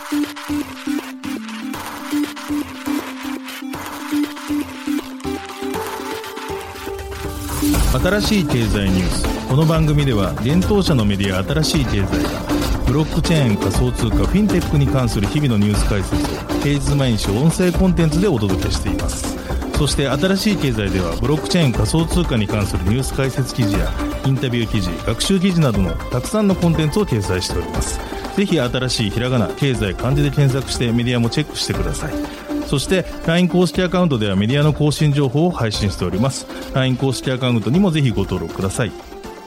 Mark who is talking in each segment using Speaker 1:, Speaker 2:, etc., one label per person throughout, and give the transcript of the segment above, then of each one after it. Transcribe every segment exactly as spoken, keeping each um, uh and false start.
Speaker 1: 新しい経済ニュース。この番組では現当社のメディア新しい経済がブロックチェーン、仮想通貨、フィンテックに関する日々のニュース解説を平日毎日音声コンテンツでお届けしています。そして新しい経済ではブロックチェーン、仮想通貨に関するニュース解説記事やインタビュー記事、学習記事などのたくさんのコンテンツを掲載しております。ぜひ新しいひらがな、経済、漢字で検索してメディアもチェックしてください。そして ライン 公式アカウントではメディアの更新情報を配信しております。 ライン 公式アカウントにもぜひご登録ください。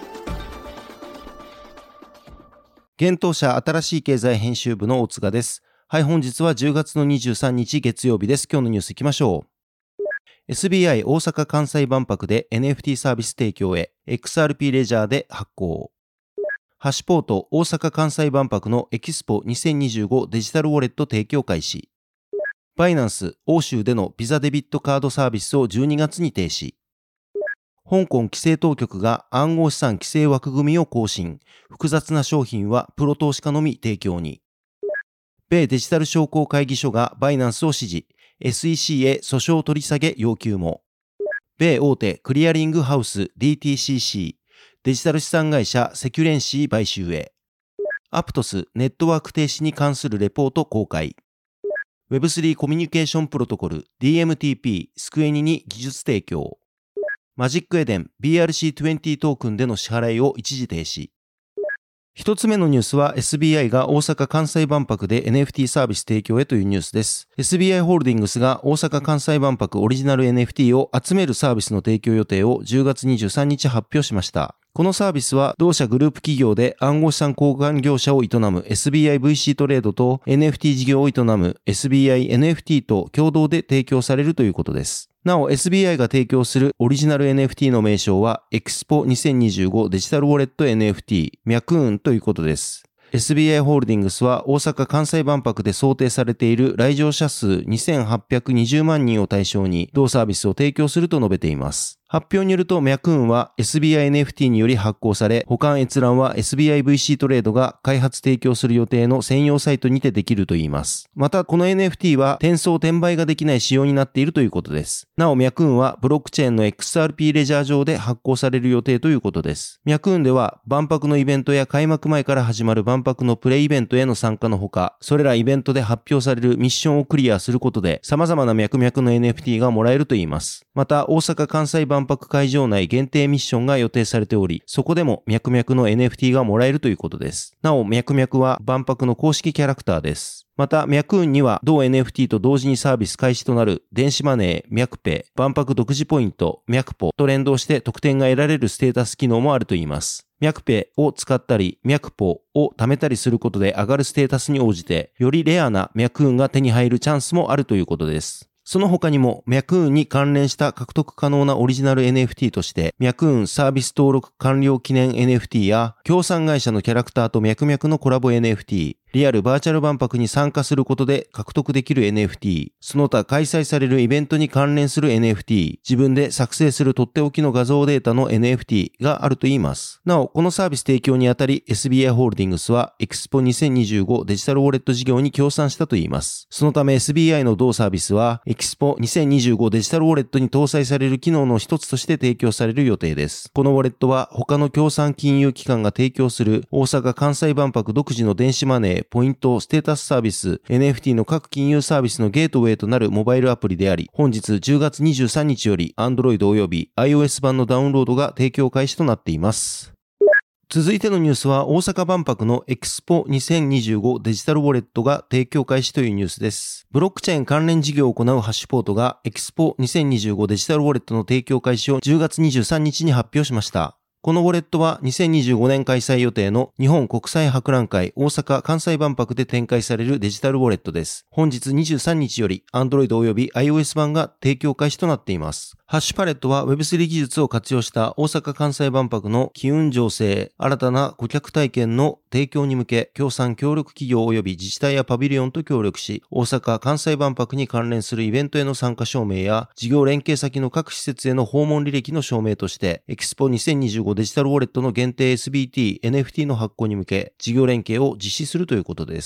Speaker 2: 現当社新しい経済編集部の大塚です。はい、本日はじゅうがつのにじゅうさんにち月曜日です。今日のニュースいきましょう。エスビーアイ 大阪・関西万博で エヌエフティー サービス提供へ エックスアールピー レジャーで発行。ハッシュポート大阪・関西万博のエキスポにせんにじゅうごデジタルウォレット提供開始。バイナンス、欧州でのビザデビットカードサービスをじゅうにがつに停止。香港規制当局が暗号資産規制枠組みを更新。複雑な商品はプロ投資家のみ提供に。米デジタル商工会議所がバイナンスを支持。エスイーシー へ訴訟取り下げ要求も。米大手クリアリングハウス ディーティーシーシー、デジタル資産会社セキュレンシー買収へ。アプトスネットワーク停止に関するレポート公開。ウェブスリー コミュニケーションプロトコル ディーエムティーピー スクエニに技術提供。マジックエデン ビーアールシーにじゅう トークンでの支払いを一時停止。一つ目のニュースは エスビーアイ が大阪・関西万博で エヌエフティー サービス提供へというニュースです。エスビーアイ ホールディングスが大阪・関西万博オリジナル エヌエフティー を集めるサービスの提供予定をじゅうがつにじゅうさんにち発表しました。このサービスは同社グループ企業で暗号資産交換業者を営む エスビーアイブイシー トレードと エヌエフティー 事業を営む エスビーアイエヌエフティー と共同で提供されるということです。なお エスビーアイ が提供するオリジナル エヌエフティー の名称はエクスポにせんにじゅうごデジタルウォレット エヌエフティー ミャクーンということです。エスビーアイ ホールディングスは大阪・関西万博で想定されている来場者数にせんはっぴゃくにじゅうまんにんを対象に同サービスを提供すると述べています。発表によるとミャクーンは エスビーアイエヌエフティー により発行され、保管閲覧は エスビーアイブイシー トレードが開発提供する予定の専用サイトにてできるといいます。またこの エヌエフティー は転送転売ができない仕様になっているということです。なおミャクーンはブロックチェーンの エックスアールピー レジャー上で発行される予定ということです。ミャクーンでは万博のイベントや開幕前から始まる万博のプレイイベントへの参加のほか、それらイベントで発表されるミッションをクリアすることで様々なミャクミャクの エヌエフティー がもらえるといいます。また大阪・関西万博会場内限定ミッションが予定されており、そこでもミャクミャクの エヌエフティー がもらえるということです。なお、ミャクミャクは万博の公式キャラクターです。また、ミャクーンには同 エヌエフティー と同時にサービス開始となる電子マネー、ミャクペイ、万博独自ポイント、ミャクポと連動して特典が得られるステータス機能もあるといいます。ミャクペイを使ったり、ミャクポを貯めたりすることで上がるステータスに応じて、よりレアなミャクーンが手に入るチャンスもあるということです。その他にも、ミャクーンに関連した獲得可能なオリジナル エヌエフティー として、ミャクーンサービス登録完了記念 エヌエフティー や、協賛会社のキャラクターとミャクミャクのコラボ エヌエフティー、リアルバーチャル万博に参加することで獲得できる エヌエフティー、その他開催されるイベントに関連する エヌエフティー、自分で作成するとっておきの画像データの エヌエフティー があるといいます。なお、このサービス提供にあたり エスビーアイ ホールディングスはエクスポにせんにじゅうごデジタルウォレット事業に協賛したといいます。そのため エスビーアイ の同サービスはエクスポにせんにじゅうごデジタルウォレットに搭載される機能の一つとして提供される予定です。このウォレットは他の協賛金融機関が提供する大阪・関西万博独自の電子マネー、ポイント、ステータスサービス、エヌエフティー の各金融サービスのゲートウェイとなるモバイルアプリであり、本日じゅうがつにじゅうさんにちより Android 及び iOS 版のダウンロードが提供開始となっています。続いてのニュースは大阪万博のエクスポにせんにじゅうごデジタルウォレットが提供開始というニュースです。ブロックチェーン関連事業を行うハッシュポートがエクスポにせんにじゅうごデジタルウォレットの提供開始をじゅうがつにじゅうさんにちに発表しました。このウォレットはにせんにじゅうごねん開催予定の日本国際博覧会大阪・関西万博で展開されるデジタルウォレットです。本日にじゅうさんにちより Android 及び iOS 版が提供開始となっています。ハッシュパレットは ウェブスリー 技術を活用した大阪・関西万博の機運醸成、新たな顧客体験の提供に向け、協賛協力企業及び自治体やパビリオンと協力し、大阪・関西万博に関連するイベントへの参加証明や、事業連携先の各施設への訪問履歴の証明として、エクスポにせんにじゅうごデジタルウォレットの限定 エスビーティー、エヌエフティー の発行に向け、事業連携を実施するということです。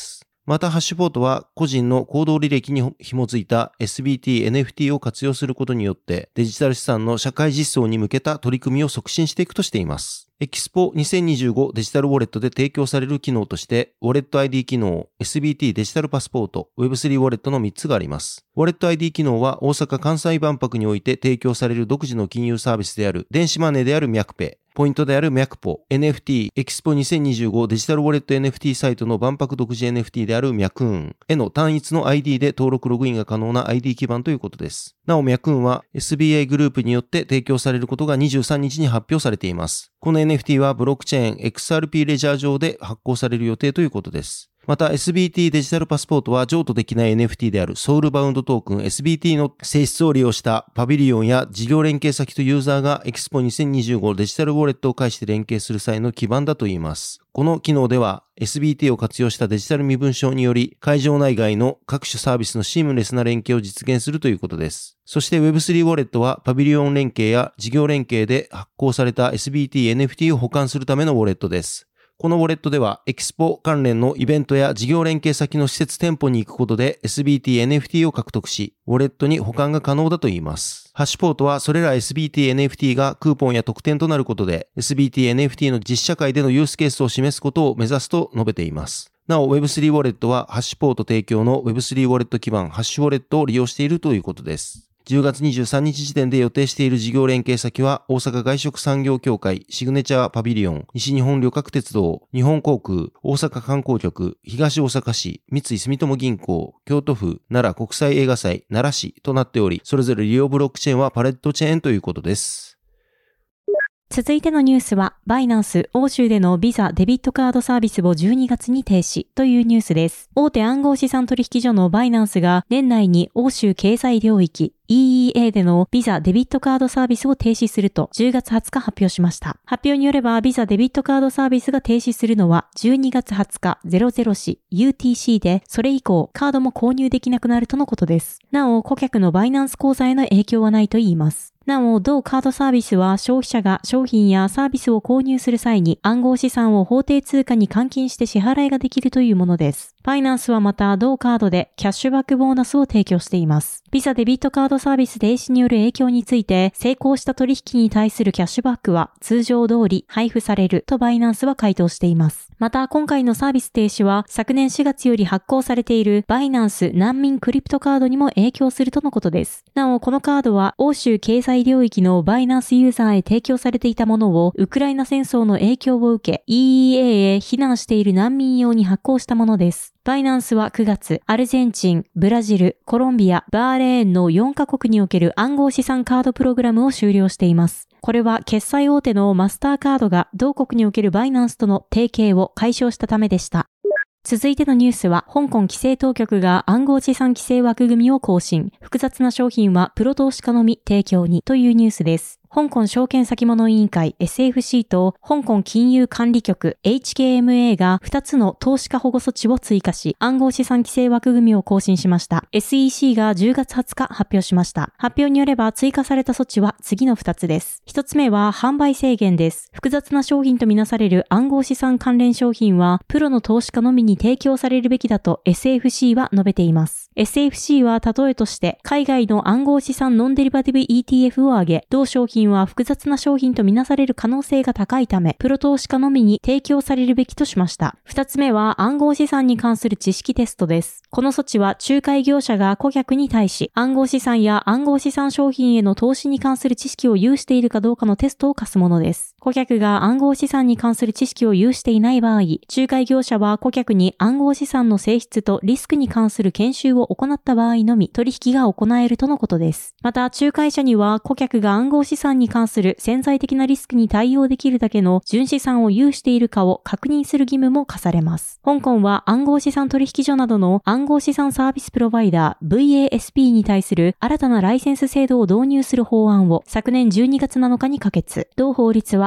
Speaker 2: またハッシュポートは個人の行動履歴に紐づいた エスビーティー、エヌエフティー を活用することによってデジタル資産の社会実装に向けた取り組みを促進していくとしています。エキスポにせんにじゅうごデジタルウォレットで提供される機能として、ウォレット アイディー 機能、エスビーティー デジタルパスポート、ウェブスリー ウォレットのみっつがあります。ウォレット アイディー 機能は大阪・関西万博において提供される独自の金融サービスである電子マネーであるミャクペイ、ポイントであるミャクポ、エヌエフティー、エキスポにせんにじゅうごデジタルウォレット エヌエフティー サイトの万博独自 エヌエフティー であるミャクーンへの単一の アイディー で登録ログインが可能な アイディー 基盤ということです。なおミャクーンは エスビーアイ グループによって提供されることがにじゅうさんにちに発表されています。この エヌエフティー はブロックチェーン エックスアールピー レジャー上で発行される予定ということです。また エスビーティー デジタルパスポートは譲渡できない エヌエフティー であるソウルバウンドトークン エスビーティー の性質を利用したパビリオンや事業連携先とユーザーがエキスポにせんにじゅうごデジタルウォレットを介して連携する際の基盤だといいます。この機能では エスビーティー を活用したデジタル身分証により会場内外の各種サービスのシームレスな連携を実現するということです。そして ウェブスリー ウォレットはパビリオン連携や事業連携で発行された エスビーティー、エヌエフティー を保管するためのウォレットです。このウォレットではエキスポ関連のイベントや事業連携先の施設店舗に行くことで エスビーティー、エヌエフティー を獲得し、ウォレットに保管が可能だといいます。ハッシュポートはそれら エスビーティー、エヌエフティー がクーポンや特典となることで エスビーティー、エヌエフティー の実社会でのユースケースを示すことを目指すと述べています。なお ウェブスリー ウォレットはハッシュポート提供の ウェブスリー ウォレット基盤ハッシュウォレットを利用しているということです。じゅうがつにじゅうさんにち時点で予定している事業連携先は大阪外食産業協会、シグネチャーパビリオン、西日本旅客鉄道、日本航空、大阪観光局、東大阪市、三井住友銀行、京都府、奈良国際映画祭、奈良市となっており、それぞれ利用ブロックチェーンはパレットチェーンということです。
Speaker 3: 続いてのニュースは、バイナンス、欧州でのビザデビットカードサービスをじゅうにがつに停止というニュースです。大手暗号資産取引所のバイナンスが年内に欧州経済領域、イーイーエー でのビザデビットカードサービスを停止するとじゅうがつはつか発表しました。発表によればビザデビットカードサービスが停止するのはじゅうにがつはつかじゅう時 ユーティーシー で、それ以降カードも購入できなくなるとのことです。なお顧客のバイナンス口座への影響はないといいます。なお、同カードサービスは消費者が商品やサービスを購入する際に暗号資産を法定通貨に換金して支払いができるというものです。バイナンスはまた同カードでキャッシュバックボーナスを提供しています。ビザデビットカードサービス停止による影響について、成功した取引に対するキャッシュバックは通常通り配布されるとバイナンスは回答しています。また今回のサービス停止は昨年しがつより発行されているバイナンス難民クリプトカードにも影響するとのことです。なおこのカードは欧州経済領域のバイナンスユーザーへ提供されていたものをウクライナ戦争の影響を受け イーイーエー へ避難している難民用に発行したものです。バイナンスはくがつ、アルゼンチン、ブラジル、コロンビア、バーレーンのよんカ国における暗号資産カードプログラムを終了しています。これは決済大手のマスターカードが同国におけるバイナンスとの提携を解消したためでした。続いてのニュースは、香港規制当局が暗号資産規制枠組みを更新。複雑な商品はプロ投資家のみ提供にというニュースです。香港証券先物委員会 エスエフシー と香港金融管理局 エイチケーエムエー がふたつの投資家保護措置を追加し、暗号資産規制枠組みを更新しました。エスイーシー がじゅうがつはつか発表しました。発表によれば追加された措置は次のふたつです。ひとつめは販売制限です。複雑な商品とみなされる暗号資産関連商品はプロの投資家のみに提供されるべきだと エスエフシー は述べています。エスエフシー は例えとして海外の暗号資産ノンデリバティブ イーティーエフ を挙げ、同商品は複雑な商品とみなされる可能性が高いため、プロ投資家のみに提供されるべきとしました。二つ目は暗号資産に関する知識テストです。この措置は仲介業者が顧客に対し、暗号資産や暗号資産商品への投資に関する知識を有しているかどうかのテストを課すものです。顧客が暗号資産に関する知識を有していない場合、仲介業者は顧客に暗号資産の性質とリスクに関する研修を行った場合のみ取引が行えるとのことです。また、仲介者には顧客が暗号資産に関する潜在的なリスクに対応できるだけの純資産を有しているかを確認する義務も課されます。香港は暗号資産取引所などの暗号資産サービスプロバイダー ブイエーエスピー に対する新たなライセンス制度を導入する法案を昨年じゅうにがつなのかに可決。同法律は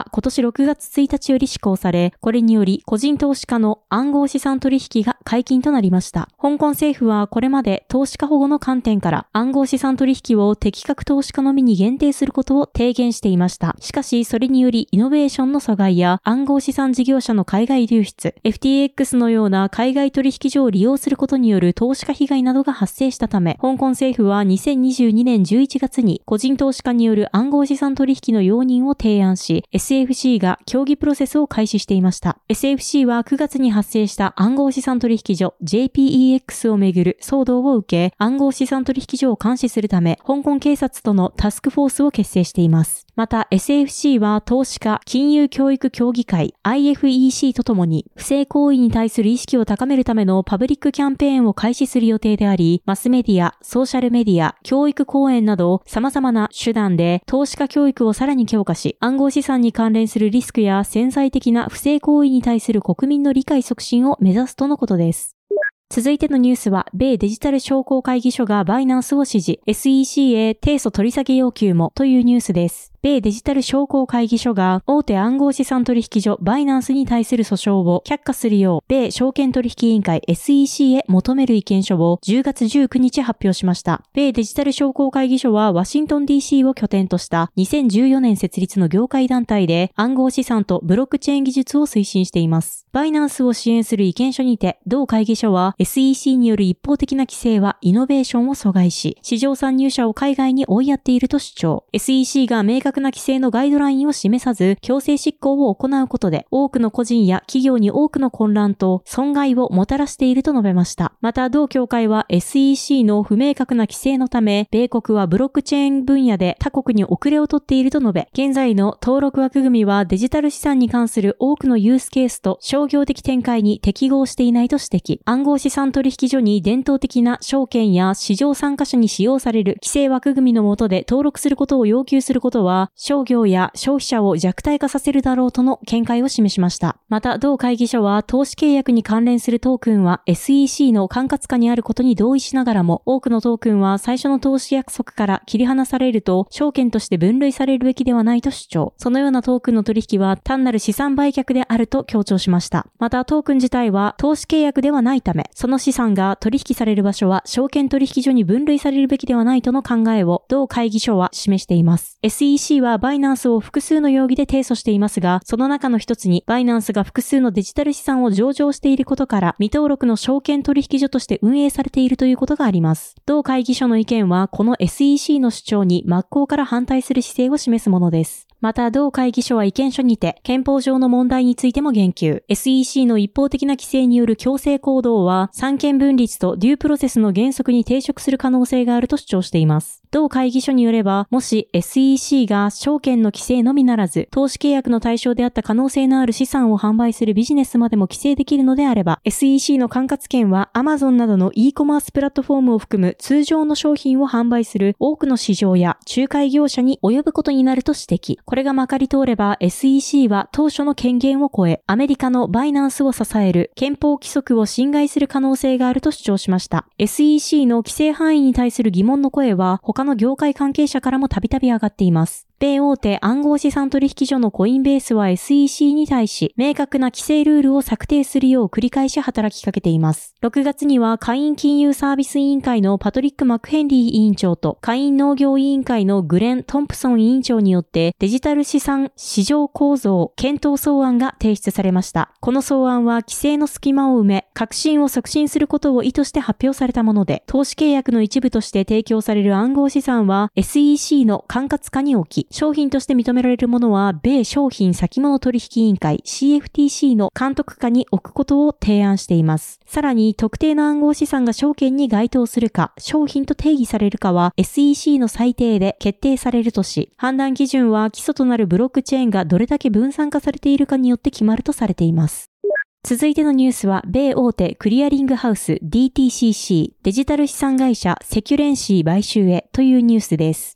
Speaker 3: は今年ろくがつついたちより施行され、これにより個人投資家の暗号資産取引が解禁となりました。香港政府はこれまで投資家保護の観点から暗号資産取引を適格投資家のみに限定することを提言していました。しかし、それによりイノベーションの阻害や暗号資産事業者の海外流出、エフティーエックス のような海外取引所を利用することによる投資家被害などが発生したため、香港政府はにせんにじゅうにねんじゅういちがつに個人投資家による暗号資産取引の容認を提案し、エスエフシー が協議プロセスを開始していました。エスエフシー はくがつに発生した暗号資産取引所 ジェーピーイーエックス をめぐる騒動を受け、暗号資産取引所を監視するため、香港警察とのタスクフォースを結成しています。また エスエフシー は投資家、金融教育協議会 アイエフイーシー とともに不正行為に対する意識を高めるためのパブリックキャンペーンを開始する予定であり、マスメディア、ソーシャルメディア、教育講演など様々な手段で投資家教育をさらに強化し、暗号資産に関連するリスクや潜在的な不正行為に対する国民の理解促進を目指すとのことです。続いてのニュースは、米デジタル商工会議所がバイナンスを指示、エスイーシー へ提訴取り下げ要求もというニュースです。米デジタル商工会議所が大手暗号資産取引所バイナンスに対する訴訟を却下するよう米証券取引委員会 エスイーシー へ求める意見書をじゅうがつじゅうくにち発表しました。米デジタル商工会議所はワシントン ディーシー を拠点としたにせんじゅうよねん設立の業界団体で暗号資産とブロックチェーン技術を推進しています。バイナンスを支援する意見書にて同会議所は エスイーシー による一方的な規制はイノベーションを阻害し、市場参入者を海外に追いやっていると主張。エスイーシー が明確な規制のガイドラインを示さず、強制執行を行うことで、多くの個人や企業に多くの混乱と損害をもたらしていると述べました。また、同協会は エスイーシー の不明確な規制のため、米国はブロックチェーン分野で他国に遅れをとっていると述べ、現在の登録枠組みはデジタル資産に関する多くのユースケースと商業的展開に適合していないと指摘。暗号資産取引所に伝統的な証券や市場参加者に使用される規制枠組みの下で登録することを要求することは、商業や消費者を弱体化させるだろうとの見解を示しました。また、同会議所は投資契約に関連するトークンは エスイーシー の管轄下にあることに同意しながらも、多くのトークンは最初の投資約束から切り離されると証券として分類されるべきではないと主張。そのようなトークンの取引は単なる資産売却であると強調しました。また、トークン自体は投資契約ではないため、その資産が取引される場所は証券取引所に分類されるべきではないとの考えを同会議所は示しています。エスイーシー はバイナンスを複数の容疑で提訴していますが、その中の一つにバイナンスが複数のデジタル資産を上場していることから未登録の証券取引所として運営されているということがあります。同会議所の意見はこの エスイーシー の主張に真っ向から反対する姿勢を示すものです。また、同会議所は意見書にて、憲法上の問題についても言及。エスイーシー の一方的な規制による強制行動は、三権分立とデュープロセスの原則に抵触する可能性があると主張しています。同会議所によれば、もし エスイーシー が証券の規制のみならず、投資契約の対象であった可能性のある資産を販売するビジネスまでも規制できるのであれば、エスイーシー の管轄権は Amazon などの e コマースプラットフォームを含む通常の商品を販売する多くの市場や仲介業者に及ぶことになると指摘。これがまかり通れば エスイーシー は当初の権限を超え、アメリカのバイナンスを支える憲法規則を侵害する可能性があると主張しました。エスイーシー の規制範囲に対する疑問の声は他の業界関係者からもたびたび上がっています。米大手暗号資産取引所のコインベースは エスイーシー に対し明確な規制ルールを策定するよう繰り返し働きかけています。ろくがつには下院金融サービス委員会のパトリック・マクヘンリー委員長と下院農業委員会のグレン・トンプソン委員長によってデジタル資産市場構造検討草案が提出されました。この草案は規制の隙間を埋め、革新を促進することを意図して発表されたもので、投資契約の一部として提供される暗号資産は エスイーシー の管轄下に置き、商品として認められるものは米商品先物取引委員会 シーエフティーシー の監督下に置くことを提案しています。さらに特定の暗号資産が証券に該当するか、商品と定義されるかは エスイーシー の裁定で決定されるとし、判断基準は基礎となるブロックチェーンがどれだけ分散化されているかによって決まるとされています。続いてのニュースは、米大手クリアリングハウス ディーティーシーシー デジタル資産会社セキュレンシー買収へというニュースです。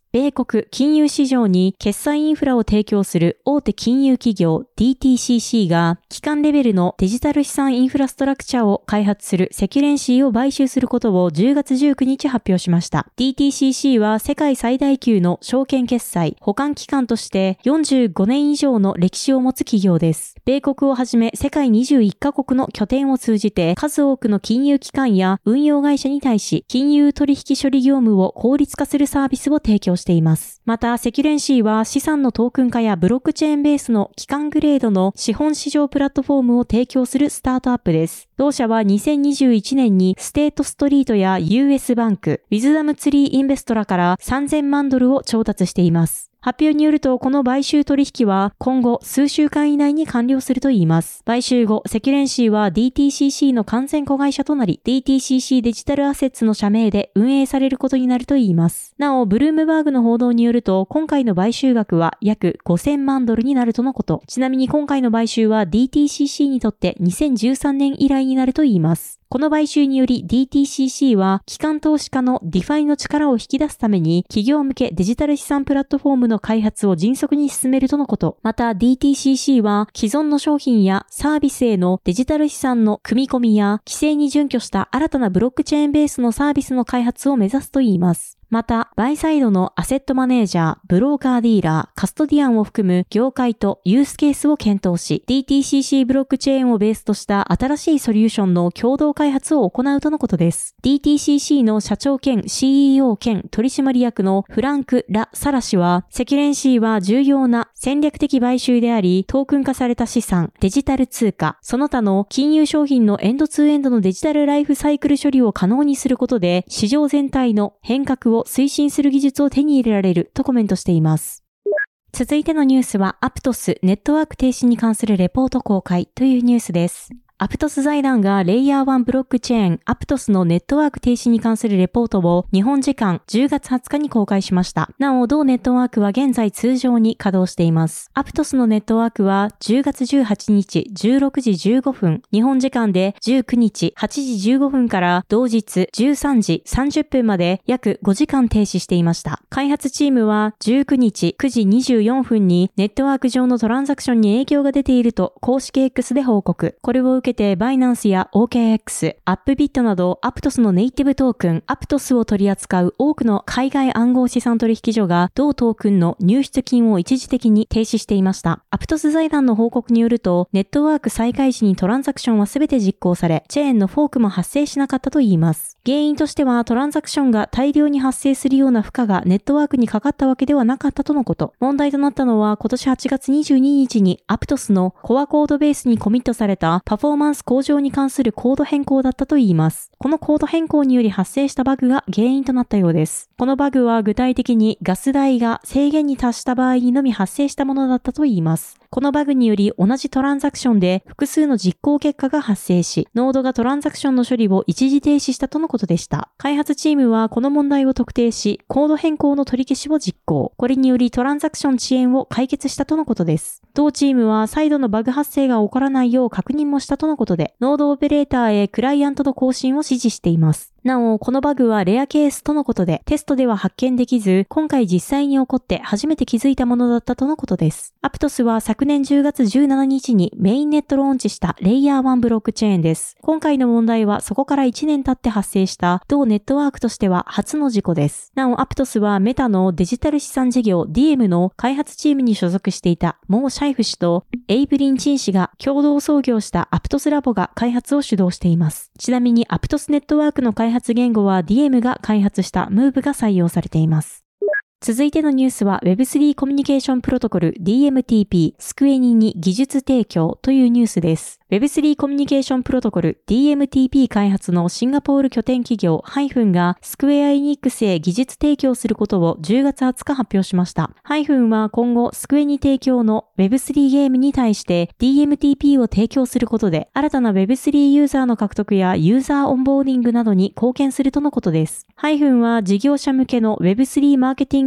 Speaker 3: 米国金融市場に決済インフラを提供する大手金融企業 ディーティーシーシー が基幹レベルのデジタル資産インフラストラクチャーを開発するセキュレンシーを買収することをじゅうがつじゅうくにち発表しました。ディーティーシーシー は世界最大級の証券決済保管機関としてよんじゅうごねん以上の歴史を持つ企業です。米国をはじめ世界にじゅういっかこくの拠点を通じて数多くの金融機関や運用会社に対し金融取引処理業務を効率化するサービスを提供しています。また、セキュレンシーは資産のトークン化やブロックチェーンベースの基幹グレードの資本市場プラットフォームを提供するスタートアップです。同社はにせんにじゅういちねんにステートストリートや ユーエス バンク、ウィズダムツリーインベストラからさんぜんまんドルを調達しています。発表によると、この買収取引は今後数週間以内に完了するといいます。買収後、セキュレンシーは ディーティーシーシー の完全子会社となり、ディーティーシーシー デジタルアセッツの社名で運営されることになるといいます。なお、ブルームバーグの報道によると、今回の買収額は約ごせんまんドルになるとのこと。ちなみに今回の買収は ディーティーシーシー にとってにせんじゅうさんねん以来になるといいます。この買収により ディーティーシーシー は機関投資家の ディファイ の力を引き出すために企業向けデジタル資産プラットフォームの開発を迅速に進めるとのこと。また ディーティーシーシー は既存の商品やサービスへのデジタル資産の組み込みや規制に準拠した新たなブロックチェーンベースのサービスの開発を目指すといいます。また、バイサイドのアセットマネージャー、ブローカーディーラー、カストディアンを含む業界とユースケースを検討し、ディーティーシーシー ブロックチェーンをベースとした新しいソリューションの共同開発を行うとのことです。ディーティーシーシー の社長兼 シーイーオー 兼取締役のフランク・ラ・サラ氏は、セキュレンシーは重要な戦略的買収であり、トークン化された資産、デジタル通貨、その他の金融商品のエンドツーエンドのデジタルライフサイクル処理を可能にすることで、市場全体の変革を推進する技術を手に入れられるとコメントしています。続いてのニュースは、アプトスネットワーク停止に関するレポート公開というニュースです。アプトス財団がレイヤーワンブロックチェーンアプトスのネットワーク停止に関するレポートを日本時間じゅうがつはつかに公開しました。なお、同ネットワークは現在通常に稼働しています。アプトスのネットワークはじゅうがつじゅうはちにちじゅうろくじじゅうごふん、日本時間でじゅうくにちはちじじゅうごふんから同日じゅうさんじさんじゅっぷんまで約ごじかん停止していました。開発チームはじゅうくにちくじにじゅうよんふんにネットワーク上のトランザクションに影響が出ていると公式 X で報告。これを受けてバイナンスや オーケーエックス、アップビットなどアプトスのネイティブトークンアプトスを取り扱う多くの海外暗号資産取引所が同トークンの入出金を一時的に停止していました。アプトス財団の報告によると、ネットワーク再開時にトランザクションは全て実行され、チェーンのフォークも発生しなかったといいます。原因としてはトランザクションが大量に発生するような負荷がネットワークにかかったわけではなかったとのこと。問題となったのは今年はちがつにじゅうににちにアプトスのコアコードベースにコミットされたパフォーマンス向上に関するコード変更だったといいます。このコード変更により発生したバグが原因となったようです。このバグは具体的にガス代が制限に達した場合にのみ発生したものだったといいます。このバグにより同じトランザクションで複数の実行結果が発生し、ノードがトランザクションの処理を一時停止したとのことでした。開発チームはこの問題を特定し、コード変更の取り消しを実行。これによりトランザクション遅延を解決したとのことです。同チームは再度のバグ発生が起こらないよう確認もしたとのことで、ノードオペレーターへクライアントの更新を指示しています。なお、このバグはレアケースとのことで、テストでは発見できず、今回実際に起こって初めて気づいたものだったとのことです。アプトスは昨年じゅうがつじゅうしちにちにメインネットローンチしたレイヤーワンブロックチェーンです。今回の問題はそこからいちねん経って発生した同ネットワークとしては初の事故です。なお、アプトスはメタのデジタル資産事業 ディーエム の開発チームに所属していたモー・シャイフ氏とエイブリン・チン氏が共同創業したアプトスラボが開発を主導しています。ちなみにアプトスネットワークの開発言語はディーエム が開発したムーブが採用されています。続いてのニュースは ウェブスリー コミュニケーションプロトコル ディーエムティーピー スクエニに技術提供というニュースです。ウェブスリー コミュニケーションプロトコル ディーエムティーピー 開発のシンガポール拠点企業ハイフンがスクエアエニックスへ技術提供することをじゅうがつはつか発表しました。ハイフンは今後スクエニ提供の ウェブスリー ゲームに対して ディーエムティーピー を提供することで新たな ウェブスリー ユーザーの獲得やユーザーオンボーディングなどに貢献するとのことです。ハイフンは事業者向けの ウェブスリー マーケティング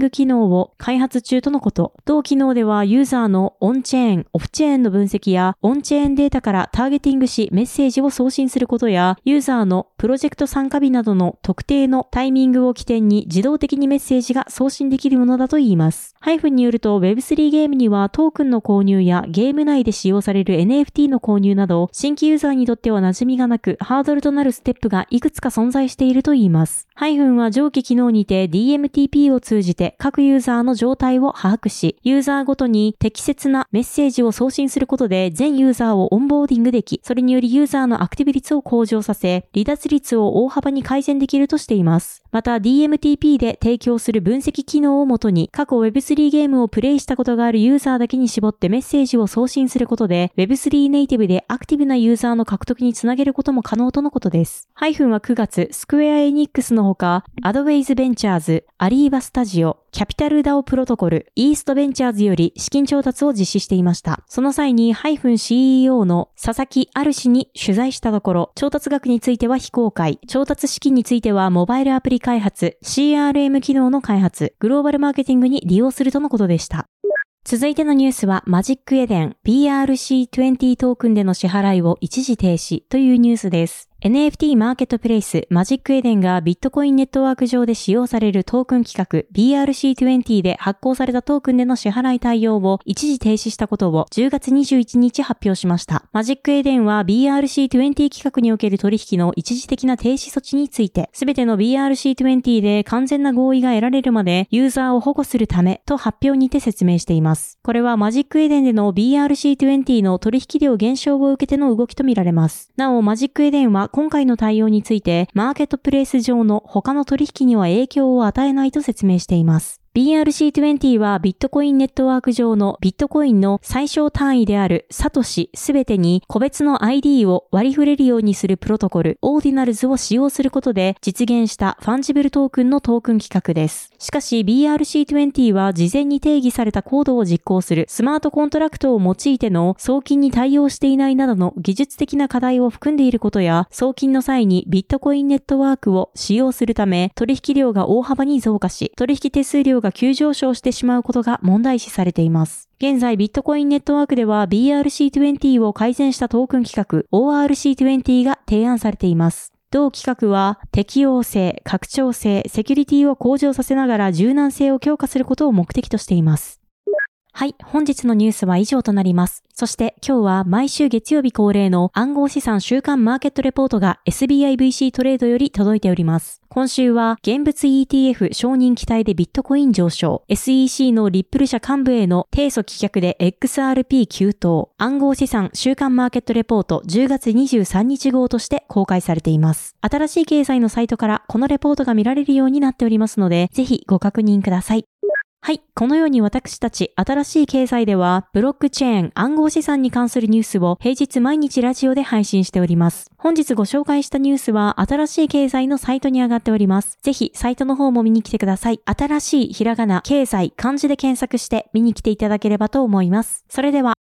Speaker 3: グ機能を開発中とのこと。同機能ではユーザーのオンチェーン、オフチェーンの分析やオンチェーンデータからターゲティングしメッセージを送信することや、ユーザーのプロジェクト参加日などの特定のタイミングを起点に自動的にメッセージが送信できるものだといいます。ハイフンによると ウェブスリー ゲームにはトークンの購入やゲーム内で使用される エヌエフティー の購入など新規ユーザーにとっては馴染みがなくハードルとなるステップがいくつか存在しているといいます。ハイフンは上記機能にて ディーエムティーピー を通じて各ユーザーの状態を把握し、ユーザーごとに適切なメッセージを送信することで全ユーザーをオンボーディングでき、それによりユーザーのアクティブ率を向上させ、離脱率を大幅に改善できるとしています。また ディーエムティーピー で提供する分析機能をもとに過去 ウェブスリー ゲームをプレイしたことがあるユーザーだけに絞ってメッセージを送信することで ウェブスリー ネイティブでアクティブなユーザーの獲得につなげることも可能とのことです。ハイフンはくがつ、スクエアエニックスのほか、アドウェイズベンチャーズ、アリーバスタジオ、キャピタルダオプロトコル、イーストベンチャーズより資金調達を実施していました。その際にハイフン シーイーオー の佐々木ある氏に取材したところ、調達額については非公開、調達資金についてはモバイルアプリ開発、シーアールエム 機能の開発、グローバルマーケティングに利用するとのことでした。続いてのニュースはマジックエデン ビーアールシーにじゅう トークンでの支払いを一時停止というニュースです。エヌエフティー マーケットプレイスマジックエデンがビットコインネットワーク上で使用されるトークン規格 ビーアールシーにじゅう で発行されたトークンでの支払い対応を一時停止したことをじゅうがつにじゅういちにち発表しました。マジックエデンは ビーアールシーにじゅう 規格における取引の一時的な停止措置について、すべての ビーアールシーにじゅう で完全な合意が得られるまでユーザーを保護するためと発表にて説明しています。これはマジックエデンでの ビーアールシーにじゅう の取引量減少を受けての動きとみられます。なおマジックエデンは今回の対応についてマーケットプレイス上の他の取引には影響を与えないと説明しています。ビーアールシーにじゅう はビットコインネットワーク上のビットコインの最小単位であるサトシすべてに個別の アイディー を割り振れるようにするプロトコルオーディナルズを使用することで実現したファンジブルトークンのトークン規格です。しかし ビーアールシーにじゅう は事前に定義されたコードを実行するスマートコントラクトを用いての送金に対応していないなどの技術的な課題を含んでいることや、送金の際にビットコインネットワークを使用するため取引量が大幅に増加し、取引手数料が急上昇してしてしまうことが問題視されています。現在ビットコインネットワークでは ビーアールシーにじゅう を改善したトークン規格 オーアールシーにじゅう が提案されています。同規格は適応性、拡張性、セキュリティを向上させながら柔軟性を強化することを目的としています。はい、本日のニュースは以上となります。そして今日は毎週月曜日恒例の暗号資産週間マーケットレポートが エスビーアイブイシー トレードより届いております。今週は現物 イーティーエフ 承認期待でビットコイン上昇、エスイーシー のリップル社幹部への提訴棄却で エックスアールピー 急騰、暗号資産週間マーケットレポートじゅうがつにじゅうさんにち号として公開されています。新しい経済のサイトからこのレポートが見られるようになっておりますので、ぜひご確認ください。はい。このように私たち新しい経済ではブロックチェーン暗号資産に関するニュースを平日毎日ラジオで配信しております。本日ご紹介したニュースは新しい経済のサイトに上がっております。ぜひサイトの方も見に来てください。新しいひらがな経済漢字で検索して見に来ていただければと思います。それでは